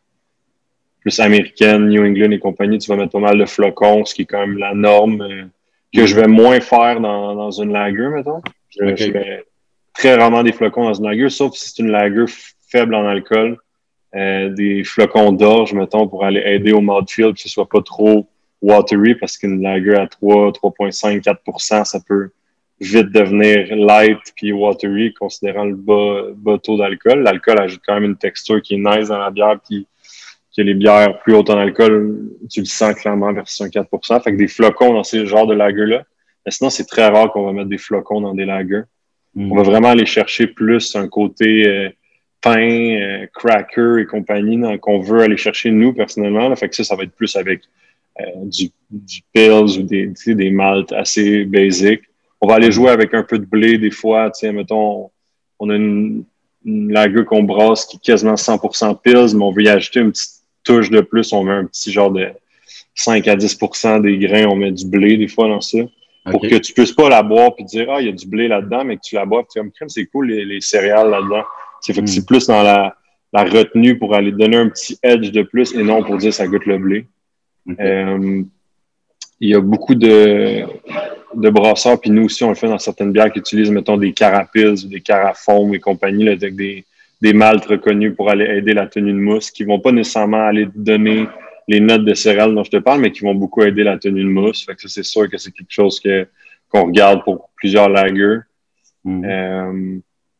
plus américaines, New England et compagnie, tu vas mettre pas mal de flocons, ce qui est quand même la norme euh, que mm-hmm. je vais moins faire dans, dans une lager, mettons. Je, okay. je mets très rarement des flocons dans une lager, sauf si c'est une lager faible en alcool. Euh, des flocons d'orge, mettons, pour aller aider au mouthfeel, que ce soit pas trop watery, parce qu'une lager à trois, trois virgule cinq, quatre pour cent, ça peut vite devenir light puis watery, considérant le bas, bas taux d'alcool. L'alcool ajoute quand même une texture qui est nice dans la bière, puis que les bières plus hautes en alcool, tu le sens clairement versus un quatre pour cent. Fait que des flocons dans ces genres de lagers-là. Mais sinon, c'est très rare qu'on va mettre des flocons dans des lagers. Mm. On va vraiment aller chercher plus un côté euh, pain, euh, cracker et compagnie dans, qu'on veut aller chercher nous, personnellement. Là. Fait que ça, ça va être plus avec euh, du, du pills ou des, des maltes assez basiques. On va aller jouer avec un peu de blé des fois. Tu sais, mettons, on a une, une lager qu'on brasse qui est quasiment cent pour cent pills, mais on veut y ajouter une petite touche de plus. On met un petit genre de cinq à dix pour cent des grains. On met du blé des fois dans ça. Pour okay. que tu puisses pas la boire puis dire, ah, il y a du blé là-dedans, mais que tu la bois puis tu dis, crème, c'est cool les, les céréales là-dedans. C'est, fait que mm. c'est plus dans la, la retenue pour aller donner un petit edge de plus et non pour dire ça goûte le blé. Okay. Euh, il y a beaucoup de, de brasseurs, puis nous aussi, on le fait dans certaines bières qui utilisent, mettons, des carapils ou des carafoams et compagnie, là, avec des, des maltes reconnus pour aller aider la tenue de mousse, qui vont pas nécessairement aller donner les notes de céréales dont je te parle, mais qui vont beaucoup aider la tenue de mousse. Fait que ça, c'est sûr que c'est quelque chose que, qu'on regarde pour plusieurs lagers. Mm. Euh,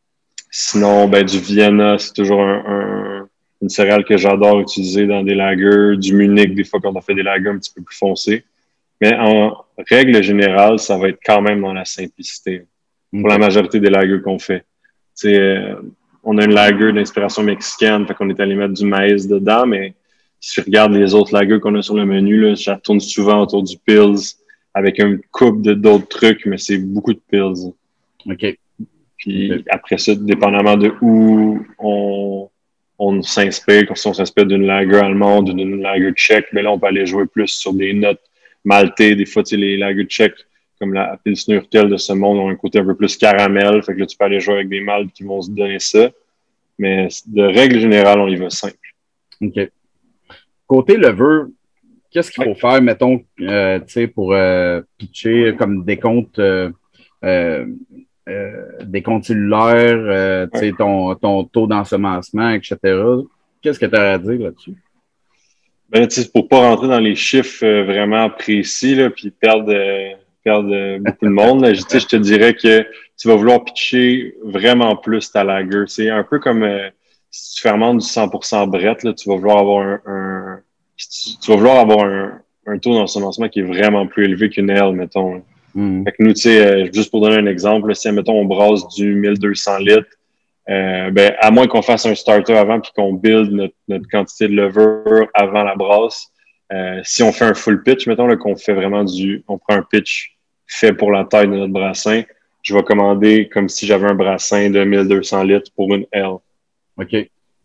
sinon, ben, du Vienna, c'est toujours un, un, une céréale que j'adore utiliser dans des lagers. Du Munich, des fois, quand on fait des lagers un petit peu plus foncés. Mais en règle générale, ça va être quand même dans la simplicité pour okay. la majorité des lagers qu'on fait. Tu sais, euh, on a une lager d'inspiration mexicaine, fait qu'on est allé mettre du maïs dedans, mais si tu regardes les autres lagers qu'on a sur le menu, là, ça tourne souvent autour du pills avec une coupe de d'autres trucs, mais c'est beaucoup de pills. OK. Puis okay. après ça, dépendamment de où on, on s'inspire, si on s'inspire d'une lager allemande ou d'une lager tchèque, mais là, on peut aller jouer plus sur des notes maltais. Des fois, tu sais, les lager tchèques, comme la Pilsner Urquell de ce monde, ont un côté un peu plus caramel. Fait que là, tu peux aller jouer avec des maltes qui vont se donner ça. Mais de règle générale, on y va simple. OK. Côté lever, qu'est-ce qu'il faut ouais. faire, mettons, euh, tu sais, pour euh, pitcher comme décompte, euh, euh, euh, décompte cellulaire, euh, tu sais, ouais. ton, ton taux d'ensemencement, et cetera. Qu'est-ce que tu as à dire là-dessus? Ben, tu sais, pour pas rentrer dans les chiffres euh, vraiment précis, là, puis perdre, euh, perdre euh, beaucoup de monde, là, je, je te dirais que tu vas vouloir pitcher vraiment plus ta lager. C'est un peu comme euh, si tu fermentes du cent pour cent brette, là, tu vas vouloir avoir un, un tu, tu vas vouloir avoir un, un taux d'ensemencement qui est vraiment plus élevé qu'une L, mettons. Mm. Fait que nous, tu sais, euh, juste pour donner un exemple, là, si, mettons, on brasse du mille deux cents litres, euh, ben, à moins qu'on fasse un starter avant puis qu'on build notre, notre quantité de lever avant la brasse, euh, si on fait un full pitch, mettons, là, qu'on fait vraiment du, on prend un pitch fait pour la taille de notre brassin, je vais commander comme si j'avais un brassin de mille deux cents litres pour une L. OK.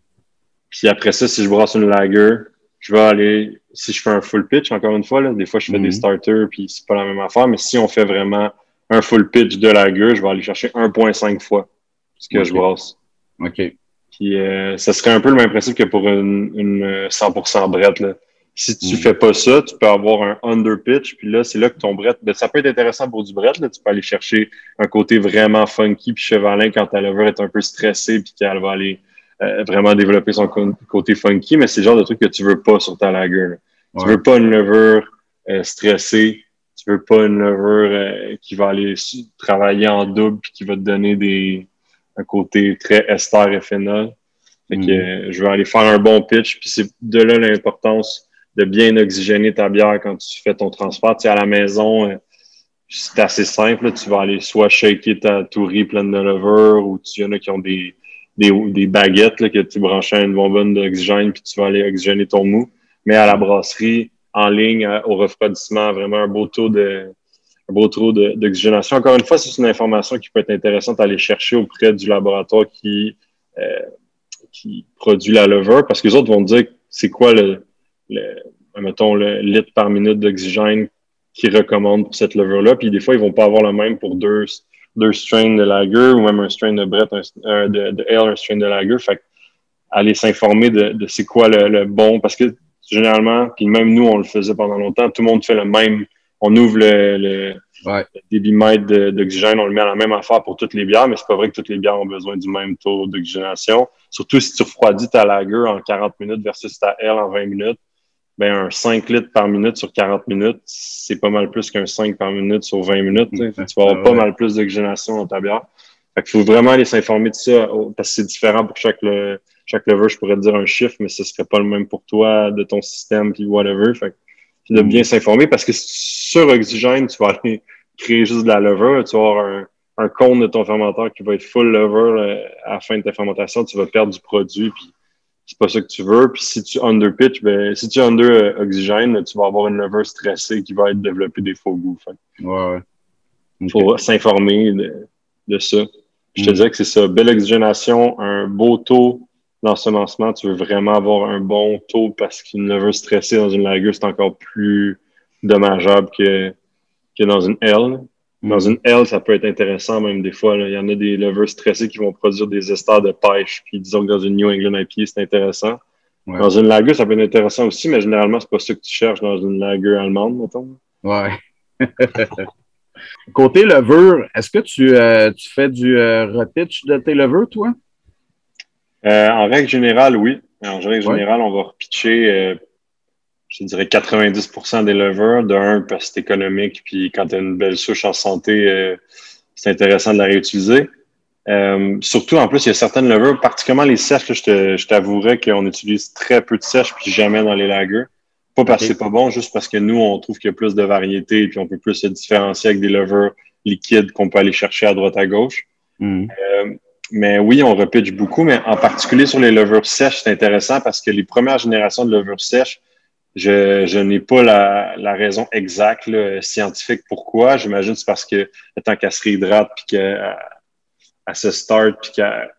Puis après ça, si je brasse une lager, je vais aller, si je fais un full pitch, encore une fois, là, des fois, je fais mm-hmm. des starters, puis c'est pas la même affaire, mais si on fait vraiment un full pitch de lager, je vais aller chercher un virgule cinq fois ce que okay. je brasse. OK. Puis euh, ça serait un peu le même principe que pour une, une cent pour cent brette, là. Si tu mm-hmm. fais pas ça, tu peux avoir un under pitch, puis là, c'est là que ton brette, ben, ça peut être intéressant pour du brette, là. Tu peux aller chercher un côté vraiment funky puis chevalin quand ta lever est un peu stressée puis qu'elle va aller Euh, vraiment développer son côté funky, mais c'est le genre de truc que tu veux pas sur ta lager. Là. Ouais. Tu veux pas une levure euh, stressée, tu veux pas une levure euh, qui va aller travailler en double puis qui va te donner des un côté très ester et phénol. Fait mm. que euh, je vais aller faire un bon pitch, puis c'est de là l'importance de bien oxygéner ta bière quand tu fais ton transfert. Tu sais, à la maison, euh, c'est assez simple. Là. Tu vas aller soit shaker ta tourie pleine de levure ou tu y en a qui ont des Des, des baguettes là, que tu branches à une bonbonne d'oxygène puis tu vas aller oxygéner ton mou. Mais à la brasserie, en ligne, au refroidissement, vraiment un beau taux de un beau taux de, d'oxygénation. Encore une fois, c'est une information qui peut être intéressante à aller chercher auprès du laboratoire qui, euh, qui produit la levure parce que les autres vont te dire c'est quoi le, le mettons, le litre par minute d'oxygène qu'ils recommandent pour cette levure-là. Puis des fois, ils vont pas avoir le même pour deux deux strains de lager ou même un strain de brette, un, euh, de, de ale, un strain de lager. Fait que aller s'informer de, de c'est quoi le, le bon, parce que généralement, puis même nous, on le faisait pendant longtemps, tout le monde fait le même, on ouvre le, le, ouais. le débitmètre de, d'oxygène, on le met à la même affaire pour toutes les bières, mais c'est pas vrai que toutes les bières ont besoin du même taux d'oxygénation. Surtout si tu refroidis ta lager en quarante minutes versus ta ale en vingt minutes. Ben, un cinq litres par minute sur quarante minutes, c'est pas mal plus qu'un cinq par minute sur vingt minutes. Tu vas avoir ah, pas ouais. mal plus d'oxygénation dans ta bière. Fait qu'il faut vraiment aller s'informer de ça, parce que c'est différent pour chaque, le, chaque lever. Je pourrais te dire un chiffre, mais ce serait pas le même pour toi, de ton système, puis whatever. Fait que de bien mm. s'informer, parce que sur oxygène, tu vas aller créer juste de la lever. Tu vas avoir un, un cône de ton fermenteur qui va être full lever à la fin de ta fermentation. Tu vas perdre du produit, puis c'est pas ça que tu veux. Puis si tu under pitch, ben si tu under euh, oxygène, tu vas avoir une lever stressée qui va être développer des faux goûts. Fait. Ouais, ouais. Il okay. faut s'informer de, de ça. Je te mm. dirais que c'est ça. Belle oxygénation, un beau taux d'ensemencement. Tu veux vraiment avoir un bon taux parce qu'une lever stressée dans une lager, c'est encore plus dommageable que, que dans une L. Dans mm. une L, ça peut être intéressant même des fois. Là. Il y en a des levers stressés qui vont produire des esters de pêche. Puis disons que dans une New England I P A, c'est intéressant. Ouais. Dans une lager, ça peut être intéressant aussi, mais généralement, c'est pas ça que tu cherches dans une lager allemande, mettons. Ouais. Côté levure, est-ce que tu, euh, tu fais du euh, repitch de tes levures, toi? Euh, en règle générale, oui. En règle générale, ouais. on va repitcher, euh, je dirais, quatre-vingt-dix pour cent des levures. De un, parce que c'est économique, puis quand tu as une belle souche en santé, euh, c'est intéressant de la réutiliser. Euh, surtout, en plus, il y a certaines levures, particulièrement les sèches, là, je, te, je t'avouerais qu'on utilise très peu de sèches, puis jamais dans les lagers. Pas parce okay. que c'est pas bon, juste parce que nous, on trouve qu'il y a plus de variété, puis on peut plus se différencier avec des levures liquides qu'on peut aller chercher à droite à gauche. Mm. Euh, mais oui, on repitch beaucoup, mais en particulier sur les levures sèches, c'est intéressant parce que les premières générations de levures sèches, je, je n'ai pas la, la raison exacte là, scientifique pourquoi. J'imagine que c'est parce que tant qu'elle se réhydrate, puis qu'elle elle se start, puis qu'elle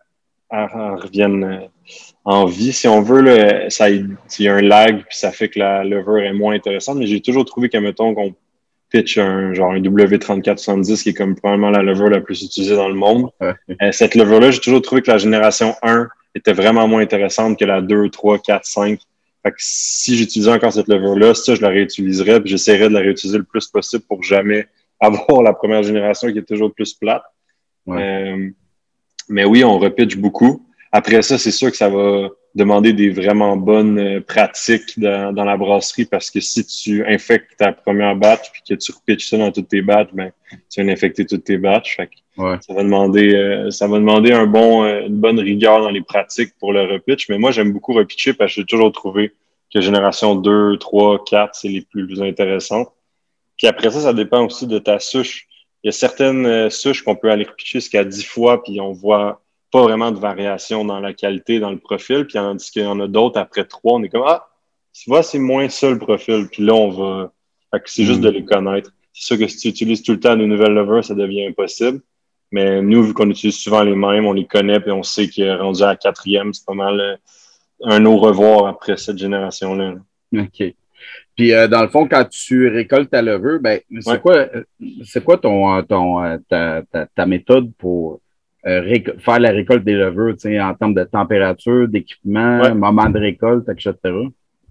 reviennent euh, en vie, si on veut. Là, ça, il y a un lag, puis ça fait que la lever est moins intéressante. Mais j'ai toujours trouvé qu'à mettons qu'on pitch un genre un W trente-quatre soixante-dix, qui est comme probablement la lever la plus utilisée dans le monde. Ouais. Euh, cette lever-là, j'ai toujours trouvé que la génération un était vraiment moins intéressante que la deux, trois, quatre, cinq. Fait que si j'utilisais encore cette lever-là, ça, je la réutiliserais, puis j'essaierais de la réutiliser le plus possible pour jamais avoir la première génération qui est toujours plus plate. Ouais. Euh, mais oui, on repitch beaucoup. Après ça, c'est sûr que ça va demander des vraiment bonnes euh, pratiques dans, dans la brasserie, parce que si tu infectes ta première batch puis que tu repitches ça dans toutes tes batches, ben, tu viens infecter toutes tes batches. Fait que Ouais. ça va demander, euh, ça va demander un bon, euh, une bonne rigueur dans les pratiques pour le repitch. Mais moi, j'aime beaucoup repitcher parce que j'ai toujours trouvé que génération deux, trois, quatre, c'est les plus, plus intéressantes. Puis après ça, ça dépend aussi de ta souche. Il y a certaines euh, souches qu'on peut aller repitcher jusqu'à dix fois, puis on voit pas vraiment de variation dans la qualité, dans le profil. Puis tandis qu'il y en a d'autres, après trois, on est comme, ah, tu vois, c'est moins ça le profil. Puis là, on va... Fait que c'est juste Mm. de les connaître. C'est sûr que si tu utilises tout le temps de nouvelles levers, ça devient impossible. Mais nous, vu qu'on utilise souvent les mêmes, on les connaît, puis on sait que rendu à la quatrième, c'est pas mal euh, un au revoir après cette génération-là. OK. Puis, euh, dans le fond, quand tu récoltes ta levure, ben, c'est Ouais. quoi, euh, c'est quoi ton, euh, ton, euh, ta, ta, ta méthode pour euh, réco- faire la récolte des levures, tu sais, en termes de température, d'équipement, Ouais. moment de récolte, et cetera?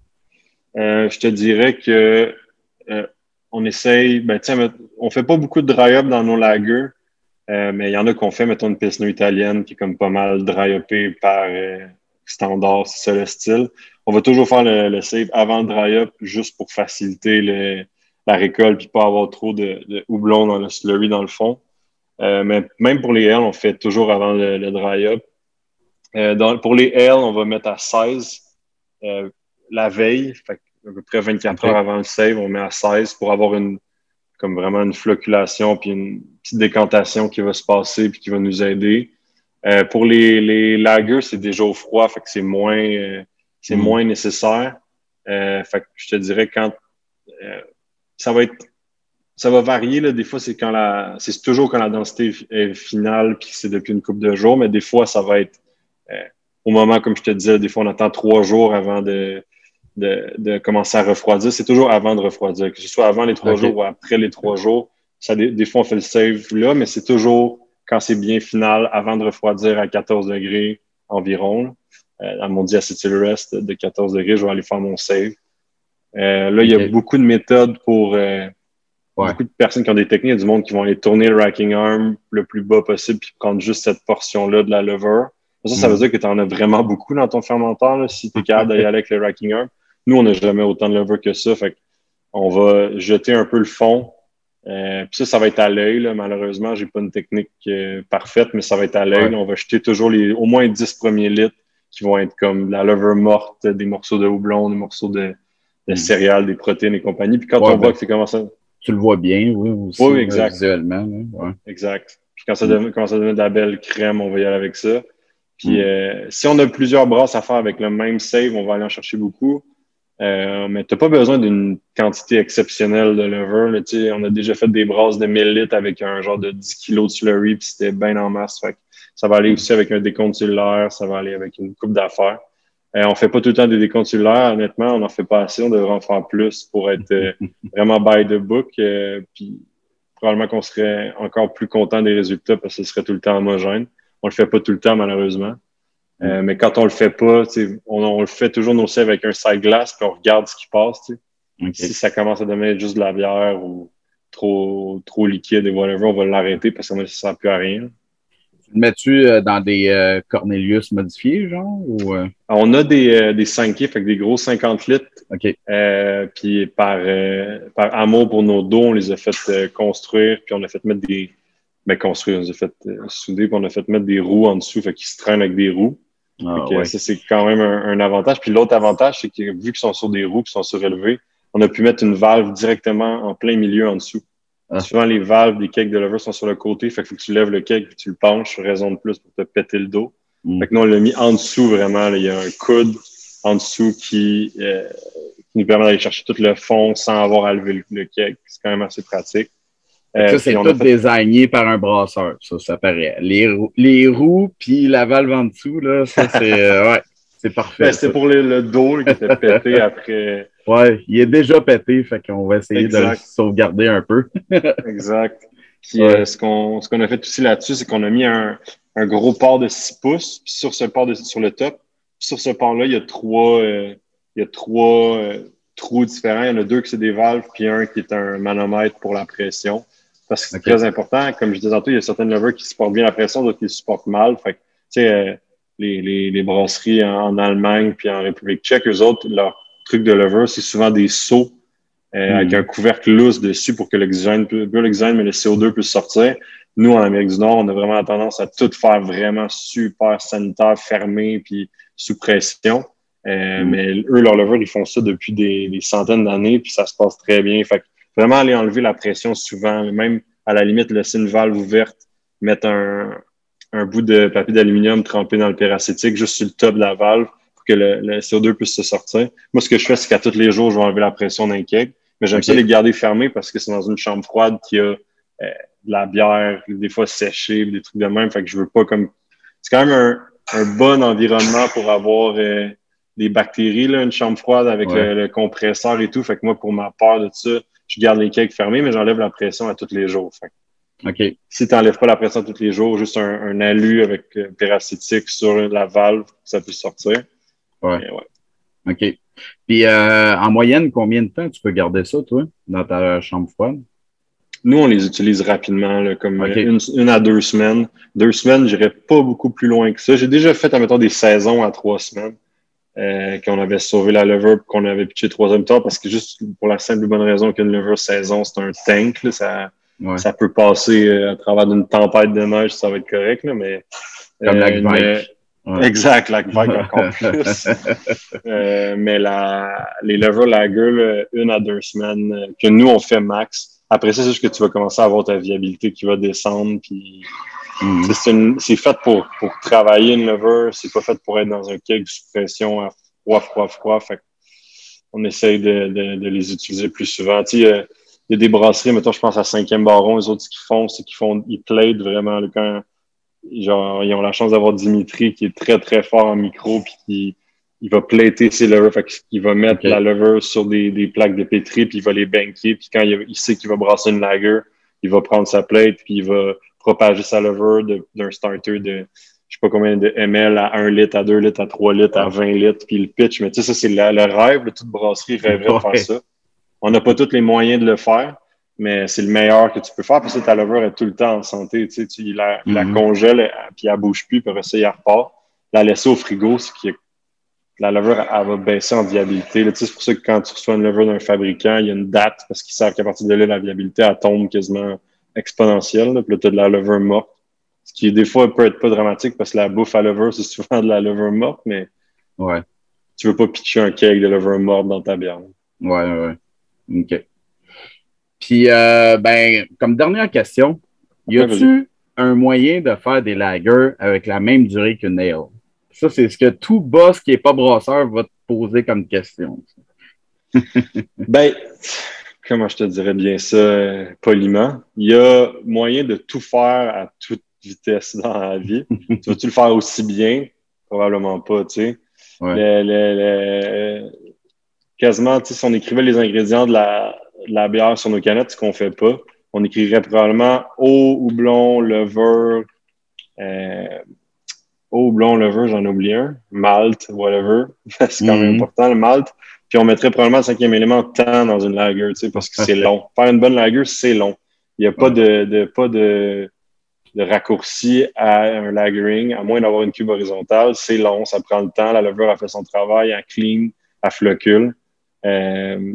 Euh, je te dirais que euh, on essaye, ben tiens, on fait pas beaucoup de dry-up dans nos lagers, euh, mais il y en a qu'on fait, mettons une pilsner italienne qui est comme pas mal dry-upée par euh, standard, c'est ça le style. On va toujours faire le, le save avant le dry-up, juste pour faciliter le, la récolte puis pas avoir trop de, de houblon dans le slurry dans le fond. Euh, mais même pour les L, on fait toujours avant le, le dry-up. Euh, dans, pour les L, on va mettre à seize euh, la veille, fait à peu près vingt-quatre OK. heures avant le save, on met à seize pour avoir une comme vraiment une flocculation puis une petite décantation qui va se passer puis qui va nous aider. Euh, pour les, les lagers, c'est déjà au froid, fait que c'est moins euh, c'est Mm. moins nécessaire. Euh, fait que je te dirais quand euh, ça va être ça va varier là. Des fois c'est quand la c'est toujours quand la densité est finale puis c'est depuis une couple de jours, mais des fois ça va être euh, au moment, comme je te disais, des fois on attend trois jours avant de de, de commencer à refroidir. C'est toujours avant de refroidir, que ce soit avant les trois OK. jours ou après les trois jours. Ça, des, des fois, on fait le save là, mais c'est toujours quand c'est bien final, avant de refroidir à quatorze degrés environ. Euh, à mon diacetyl rest de quatorze degrés, je vais aller faire mon save. Euh, là, il y a OK. beaucoup de méthodes pour euh, Ouais. beaucoup de personnes qui ont des techniques. Il y a du monde qui vont aller tourner le racking arm le plus bas possible puis prendre juste cette portion-là de la lever. Ça, ça veut Mm. dire que tu en as vraiment beaucoup dans ton fermenteur là, si tu es capable d'aller avec le racking arm. Nous, on n'a jamais autant de lever que ça. Fait on va jeter un peu le fond. Euh, puis ça, ça va être à l'œil. Là. Malheureusement, j'ai pas une technique euh, parfaite, mais ça va être à l'œil. Ouais. On va jeter toujours les au moins dix premiers litres qui vont être comme de la lever morte, des morceaux de houblon, des morceaux de, de Mm. céréales, des protéines et compagnie. Puis quand Ouais, on voit ben, que c'est comment ça... tu le vois bien, oui, aussi, Oui, là, exact. visuellement. Là. Ouais. Exact. Puis quand ça Mm. devient, commence à devenir de la belle crème, on va y aller avec ça. Puis Mm. euh, si on a plusieurs brasses à faire avec le même save, on va aller en chercher beaucoup. Euh, mais tu n'as pas besoin d'une quantité exceptionnelle de lever. Là, tu sais, on a déjà fait des brasses de mille litres avec un genre de dix kilos de slurry, puis c'était bien en masse. Fait que ça va aller aussi avec un décompte cellulaire, ça va aller avec une coupe d'affaires. Euh, on fait pas tout le temps des décomptes cellulaires, honnêtement, on n'en fait pas assez, on devrait en faire plus pour être euh, vraiment by the book. Euh, puis probablement qu'on serait encore plus content des résultats parce que ce serait tout le temps homogène. On le fait pas tout le temps, malheureusement. Mm. Euh, mais quand on le fait pas, on, on le fait toujours nos saves avec un side glass puis on regarde ce qui passe. T'sais. OK. Si ça commence à devenir juste de la bière ou trop, trop liquide et whatever, on va l'arrêter parce que ça ne sert plus à rien. Tu le mets-tu euh, dans des euh, Cornelius modifiés, genre? Ou, euh... On a des, euh, des cinq K, fait que des gros cinquante litres. OK. Euh, puis par, euh, par amour pour nos dos, on les a fait euh, construire, puis on a fait mettre des. Ben, construire, on les a fait euh, souder, puis on a fait mettre des roues en dessous, fait qu'ils se traînent avec des roues. Ah, Donc, ouais. ça, c'est quand même un, un avantage. Puis l'autre avantage, c'est que vu qu'ils sont sur des roues, qu'ils sont surélevés, on a pu mettre une valve directement en plein milieu en dessous. Ah. Souvent, les valves des kegs de lever sont sur le côté, fait qu'il faut que tu lèves le keg et tu le penches, raison de plus pour te péter le dos. Mm. Fait que nous, on l'a mis en dessous vraiment. Là. Il y a un coude en dessous qui, euh, qui nous permet d'aller chercher tout le fond sans avoir à lever le, le keg. C'est quand même assez pratique. Euh, ça, c'est tout fait... désigné par un brasseur, ça, ça paraît. Les, roues, les roues puis la valve en dessous, là, ça, c'est, euh, ouais, c'est parfait. Ben, c'était pour le, le dos qui était pété après. Ouais, il est déjà pété, fait qu'on va essayer exact. de le sauvegarder un peu. Exact. Puis ouais. euh, ce qu'on ce qu'on a fait aussi là-dessus, c'est qu'on a mis un, un gros port de six pouces, puis sur ce port de, sur le top, puis sur ce port-là, il y a trois, euh, il y a trois euh, trous différents. Il y en a deux qui c'est des valves, puis un qui est un manomètre pour la pression. Parce que c'est okay. très important. Comme je disais tantôt, il y a certaines levers qui supportent bien la pression, d'autres qui supportent mal. Fait que, tu sais, euh, les, les, les brasseries en, en Allemagne puis en République tchèque, eux autres, leur truc de lever, c'est souvent des seaux euh, mm. avec un couvercle lousse dessus pour que l'oxygène, l'oxygène, mais le C O deux puisse sortir. Nous, en Amérique du Nord, on a vraiment tendance à tout faire vraiment super sanitaire, fermé puis sous pression. Euh, mm. Mais eux, leur lever, ils font ça depuis des, des centaines d'années puis ça se passe très bien. Fait que vraiment aller enlever la pression souvent, même à la limite, laisser une valve ouverte, mettre un, un bout de papier d'aluminium trempé dans le péracétique juste sur le top de la valve pour que le, le C O deux puisse se sortir. Moi, ce que je fais, c'est qu'à tous les jours, je vais enlever la pression d'un keg, mais j'aime okay. ça les garder fermés parce que c'est dans une chambre froide qui a euh, de la bière, des fois séchée, des trucs de même. Fait que je veux pas comme... C'est quand même un, un bon environnement pour avoir euh, des bactéries, là, une chambre froide avec ouais. le, le compresseur et tout. Fait que moi, pour ma part de ça, je garde les kegs fermés, mais j'enlève la pression à tous les jours. Fait. OK. Si tu n'enlèves pas la pression tous les jours, juste un, un alu avec euh, péracétique sur la valve, ça peut sortir. Ouais. Et ouais. OK. Puis, euh, en moyenne, combien de temps tu peux garder ça, toi, dans ta chambre froide? Nous, on les utilise rapidement, là, comme okay. une, une à deux semaines. Deux semaines, je n'irais pas beaucoup plus loin que ça. J'ai déjà fait, admettons, des saisons à trois semaines. Euh, qu'on avait sauvé la lever et qu'on avait pitché troisième temps parce que juste pour la simple et bonne raison qu'une lever saison, c'est un tank. Là, ça, ouais. ça peut passer euh, à travers d'une tempête de neige, ça va être correct. Là, mais, Comme euh, la Gvike. Ouais. Exact, la Gvike encore plus. euh, mais la, les lever lager, là, une à deux semaines, euh, que nous, on fait max. Après ça, c'est juste que tu vas commencer à avoir ta viabilité qui va descendre. Puis mm-hmm. c'est, une, c'est fait pour, pour travailler une lever. C'est pas fait pour être dans un keg sous pression à froid, froid, froid. Fait on essaye de, de, de les utiliser plus souvent. Tu sais, il y a, il y a des brasseries, mettons, je pense à cinquième baron, les autres, ce qu'ils font, c'est qu'ils font, ils plaident vraiment, là, quand, genre, ils ont la chance d'avoir Dimitri qui est très, très fort en micro, puis qui, il va plater ses levers, fait qu'il va mettre okay. la lever sur des, des plaques de pétri, puis il va les banquer, puis quand il, il sait qu'il va brasser une lager, il va prendre sa plate, puis il va propager sa lever de, d'un starter de, je sais pas combien de ml à un litre, à deux litres, à trois litres, à vingt litres, puis le pitch. Mais tu sais, ça, c'est le, le rêve, là, toute brasserie rêverait ouais. de faire ça. On n'a pas tous les moyens de le faire, mais c'est le meilleur que tu peux faire, parce que ta lever est tout le temps en santé. Tu sais, tu la, mm-hmm. la congèle, puis elle bouge plus, puis après ça, il repart. La laisser au frigo, c'est que la lever, elle va baisser en viabilité. Là, tu sais, c'est pour ça que quand tu reçois une lever d'un fabricant, il y a une date, parce qu'ils savent qu'à partir de là, la viabilité, elle tombe quasiment exponentielle. Là, puis là, tu as de la lever morte. Ce qui, des fois, peut être pas dramatique parce que la bouffe à lever, c'est souvent de la lever morte, mais ouais. tu veux pas pitcher un cake de lever morte dans ta bière. Ouais, ouais, ouais. OK. Puis, euh, ben, comme dernière question, y a-tu ouais, un moyen de faire des lagers avec la même durée qu'une ale? Ça, c'est ce que tout boss qui est pas brasseur va te poser comme question. Ben, comment je te dirais bien ça euh, poliment? Il y a moyen de tout faire à toute vitesse dans la vie. Tu vas-tu le faire aussi bien? Probablement pas, tu sais. Ouais. Le, le, le, quasiment, tu sais, si on écrivait les ingrédients de la, de la bière sur nos canettes, ce qu'on fait pas, on écrirait probablement eau, houblon, levure, euh, eau, houblon, levure, j'en oublie un, malt, whatever. C'est quand mm-hmm. même important, le malt. Puis on mettrait probablement le cinquième élément temps dans une lager, tu sais, parce que c'est long. Faire une bonne lager, c'est long. Il n'y a pas ouais. de, de, pas de, de raccourci à un lagering, à moins d'avoir une cube horizontale. C'est long, ça prend le temps. La levure a fait son travail, elle clean, elle flocule. Euh,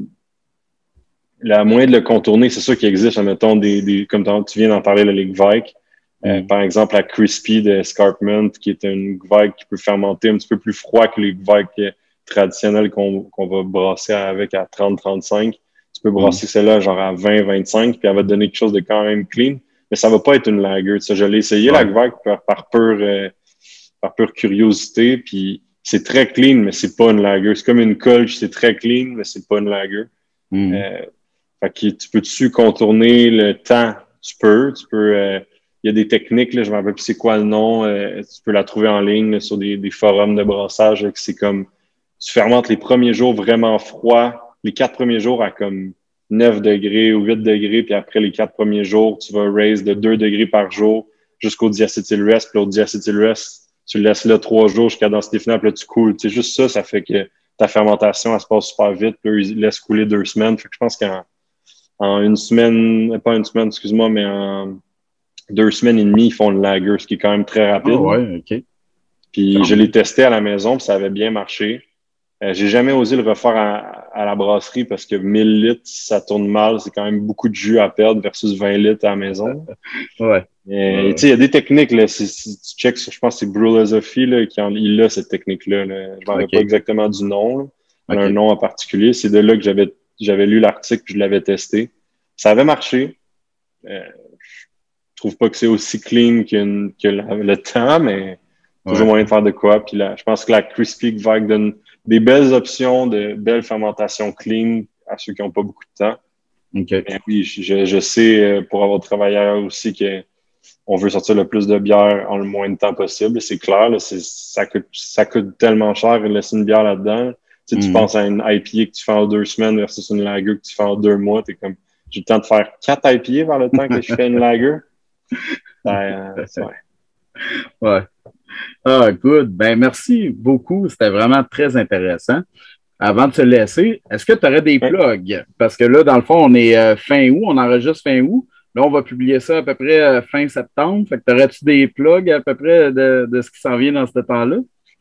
la moyen de le contourner, c'est sûr qu'il existe, mettons, des, des, comme tu viens d'en parler, le Gvike. Euh, mm. Par exemple, la Crispy de Escarpment, qui est une Gvike qui peut fermenter un petit peu plus froid que les Gvike traditionnels qu'on, qu'on va brasser avec à trente à trente-cinq. Tu peux brasser mm. celle-là genre à vingt à vingt-cinq, puis elle va te donner quelque chose de quand même clean. Mais ça va pas être une lager. Je l'ai essayé, ouais. la Gvike, par, par, pure, euh, par pure curiosité, puis c'est très clean, mais c'est pas une lager. C'est comme une Kolsch, c'est très clean, mais c'est pas une lager. Mm. Euh, fait que tu peux-tu contourner le temps tu peux. Tu peux. Euh, il y a des techniques, là, je ne me rappelle plus c'est quoi le nom. Euh, tu peux la trouver en ligne là, sur des, des forums de brassage. Là, que c'est comme tu fermentes les premiers jours vraiment froid, les quatre premiers jours à comme neuf degrés ou huit degrés, puis après les quatre premiers jours, tu vas raise de deux degrés par jour jusqu'au diacétyl-rest, puis au diacétyl-rest, tu le laisses là trois jours jusqu'à densité finale, puis là, tu coules. Tu sais, juste ça, ça fait que ta fermentation, elle se passe super vite, puis eux, ils laissent couler deux semaines. Fait que je pense qu'en en une semaine, pas une semaine, excuse-moi, mais en deux semaines et demie, ils font le lager, ce qui est quand même très rapide. Ah ouais, OK. Puis je l'ai testé à la maison, puis ça avait bien marché. Euh, j'ai jamais osé le refaire à, à la brasserie parce que mille litres, ça tourne mal. C'est quand même beaucoup de jus à perdre versus vingt litres à la maison. Ouais. Mais, tu sais, il y a des techniques, là. Si, si tu checks sur, je pense que c'est Brewlosophy, là, qui en, il a cette technique-là, là. Je ne me rappelle Okay. pas exactement du nom, là. Il Okay. a un nom en particulier. C'est de là que j'avais, j'avais lu l'article puis je l'avais testé. Ça avait marché. Euh, je trouve pas que c'est aussi clean qu'une, que la, le temps, mais toujours ouais. moyen de faire de quoi. Puis là, je pense que la Crispy Vague donne des belles options, de belles fermentations clean à ceux qui n'ont pas beaucoup de temps. Okay. Mais oui, je, je sais, pour avoir travaillé ailleurs aussi, qu'on veut sortir le plus de bière en le moins de temps possible. C'est clair, là, c'est, ça, coûte, ça coûte tellement cher de laisser une bière là-dedans. Tu sais, mm-hmm. tu penses à une I P A que tu fais en deux semaines versus une lager que tu fais en deux mois. T'es comme, j'ai le temps de faire quatre I P A vers le temps que je fais une lager. Ben, euh, c'est vrai. Ouais. Ah, good. Ben, merci beaucoup. C'était vraiment très intéressant. Avant de se laisser, est-ce que tu aurais des ouais. plugs? Parce que là, dans le fond, on est euh, fin août, on enregistre fin août. Là, on va publier ça à peu près euh, fin septembre. Fait que t'aurais-tu des plugs à peu près de, de ce qui s'en vient dans ce temps-là?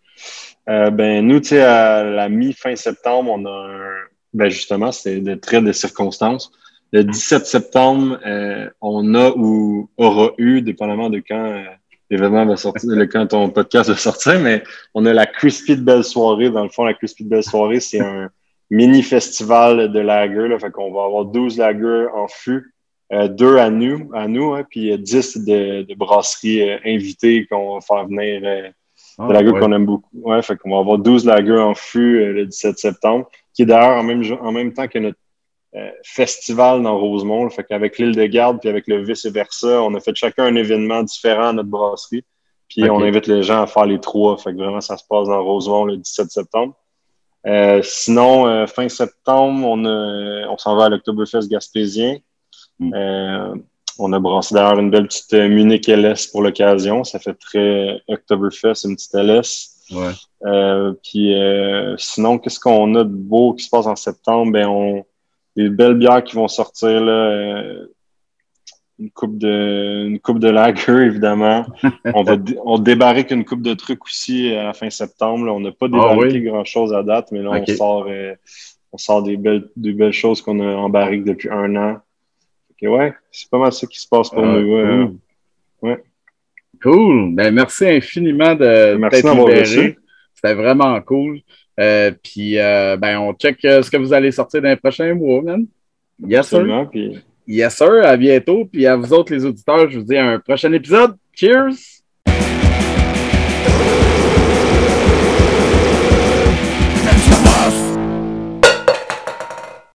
Euh, ben, nous, tu sais, à la mi-fin septembre, on a un... Ben, justement, c'est de très de circonstances. Le dix-sept septembre, euh, on a ou aura eu, dépendamment de quand euh, l'événement va sortir, le, quand ton podcast va sortir, mais on a la Crispy de Belle Soirée. Dans le fond, la Crispy de Belle Soirée, c'est un mini-festival de lager. Là, fait qu'on va avoir douze lagers en fût, euh, deux à nous, à nous hein, puis dix de, de brasseries euh, invitées qu'on va faire venir euh, de lagers ouais. qu'on aime beaucoup. Ouais, fait qu'on va avoir douze lagers en fût euh, le dix-sept septembre, qui est d'ailleurs en même, en même temps que notre Euh, festival dans Rosemont. Fait qu'avec l'île de Garde puis avec le vice-versa, on a fait chacun un événement différent à notre brasserie. Puis okay. on invite les gens à faire les trois. Fait que vraiment, ça se passe dans Rosemont le dix-sept septembre. Euh, sinon, euh, fin septembre, on, a, on s'en va à l'Octoberfest Gaspésien. Mm. Euh, on a brassé d'ailleurs une belle petite Munich L S pour l'occasion. Ça fait très Oktoberfest, une petite L S. Ouais. Euh, puis euh, sinon, qu'est-ce qu'on a de beau qui se passe en septembre? Ben, on des belles bières qui vont sortir, là, euh, une coupe de, une coupe de lager, évidemment. on va, dé- on débarque une coupe de trucs aussi à la fin septembre. Là. On n'a pas débarqué ah, oui. grand-chose à date, mais là, okay. on sort, euh, on sort des belles, des belles choses qu'on a en barrique depuis un an. Okay, ouais, c'est pas mal ça qui se passe pour ah, nous. Cool. Euh, ouais. Cool. Ben, merci infiniment de merci t'être libéré. C'était vraiment cool. Euh, puis, euh, ben, on check euh, ce que vous allez sortir dans les prochains mois, man. Yes, Absolument, sir. Puis... Yes, sir. À bientôt. Puis à vous autres, les auditeurs, je vous dis à un prochain épisode. Cheers!